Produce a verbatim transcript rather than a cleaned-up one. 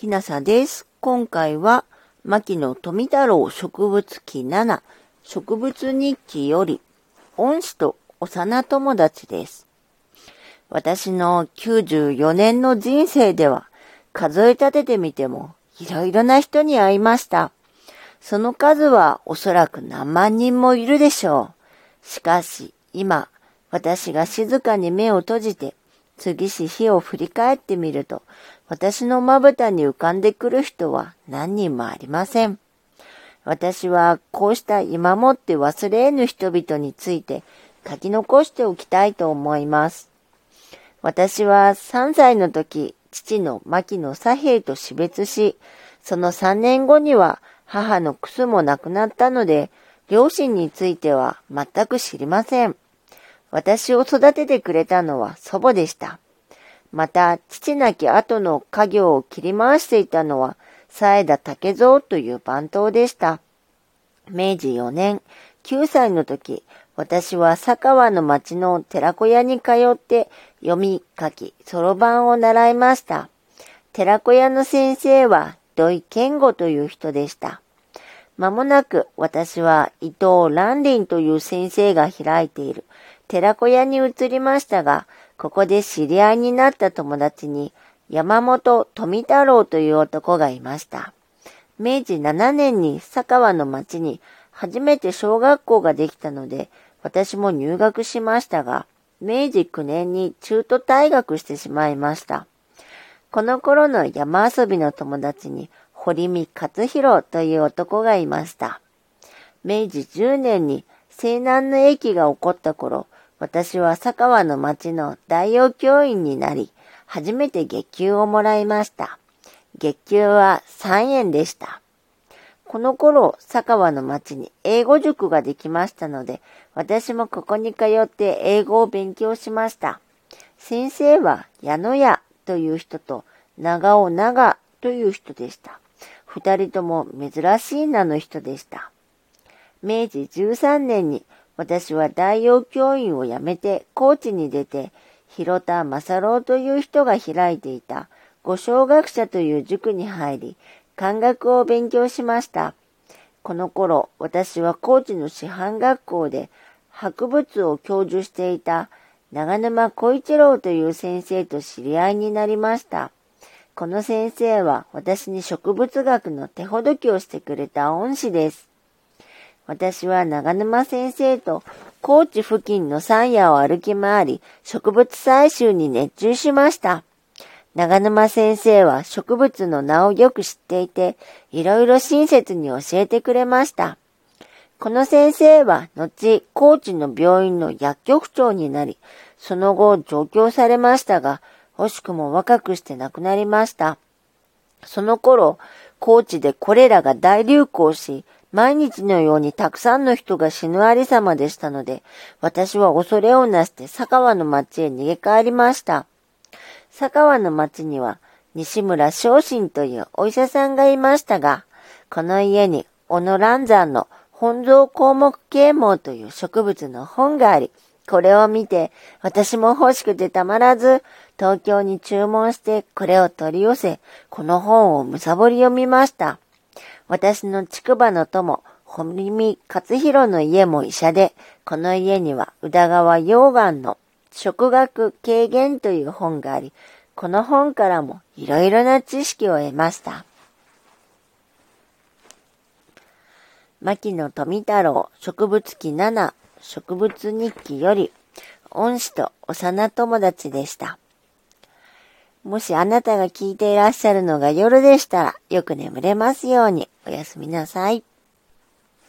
ひなさです。今回は、牧野富太郎植物記なな、植物日記より、恩師と幼友達です。私のきゅうじゅうよねんの人生では、数え立ててみても、いろいろな人に会いました。その数はおそらく何万人もいるでしょう。しかし、今、私が静かに目を閉じて、次し日を振り返ってみると、私のまぶたに浮かんでくる人は何人もありません。私はこうした今もって忘れ得ぬ人々について書き残しておきたいと思います。私はさんさいの時、父の牧野左平と死別し、そのさんねんごには母のクスも亡くなったので、両親については全く知りません。私を育ててくれたのは祖母でした。また、父亡き後の家業を切り回していたのは、佐枝竹蔵という番頭でした。めいじよねん、きゅうさいの時、私は佐川の町の寺子屋に通って読み書き、そろばんを習いました。寺子屋の先生は土井健吾という人でした。まもなく私は伊藤蘭林という先生が開いている寺子屋に移りましたが、ここで知り合いになった友達に山本富太郎という男がいました。めいじななねんに佐川の町に初めて小学校ができたので、私も入学しましたが、めいじきゅうねんに中途退学してしまいました。この頃の山遊びの友達に堀見勝弘という男がいました。めいじじゅうねんに西南の駅が起こった頃、私は佐川の町の代用教員になり、初めて月給をもらいました。月給はさんえんでした。この頃、佐川の町に英語塾ができましたので、私もここに通って英語を勉強しました。先生は矢野屋という人と長尾長という人でした。二人とも珍しい名の人でした。めいじじゅうさんねんに私は代用教員を辞めて高知に出て、広田正郎という人が開いていた五小学者という塾に入り、漢学を勉強しました。この頃、私は高知の師範学校で博物を教授していた長沼小一郎という先生と知り合いになりました。この先生は私に植物学の手ほどきをしてくれた恩師です。私は長沼先生と高知付近の山野を歩き回り、植物採集に熱中しました。長沼先生は植物の名をよく知っていて、いろいろ親切に教えてくれました。この先生は後、高知の病院の薬局長になり、その後上京されましたが、惜しくも若くして亡くなりました。その頃、高知でコレラが大流行し、毎日のようにたくさんの人が死ぬありさまでしたので、私は恐れをなして佐川の町へ逃げ帰りました。佐川の町には西村正信というお医者さんがいましたが、この家に小野蘭山の本草項目啓蒙という植物の本があり、これを見て私も欲しくてたまらず、東京に注文してこれを取り寄せ、この本をむさぼり読みました。私の竹馬の友、堀見勝弘の家も医者で、この家には宇田川溶岩の植学軽減という本があり、この本からもいろいろな知識を得ました。牧野富太郎植物記なな植物日記より、恩師と幼友達でした。もしあなたが聞いていらっしゃるのが夜でしたら、よく眠れますように。おやすみなさい。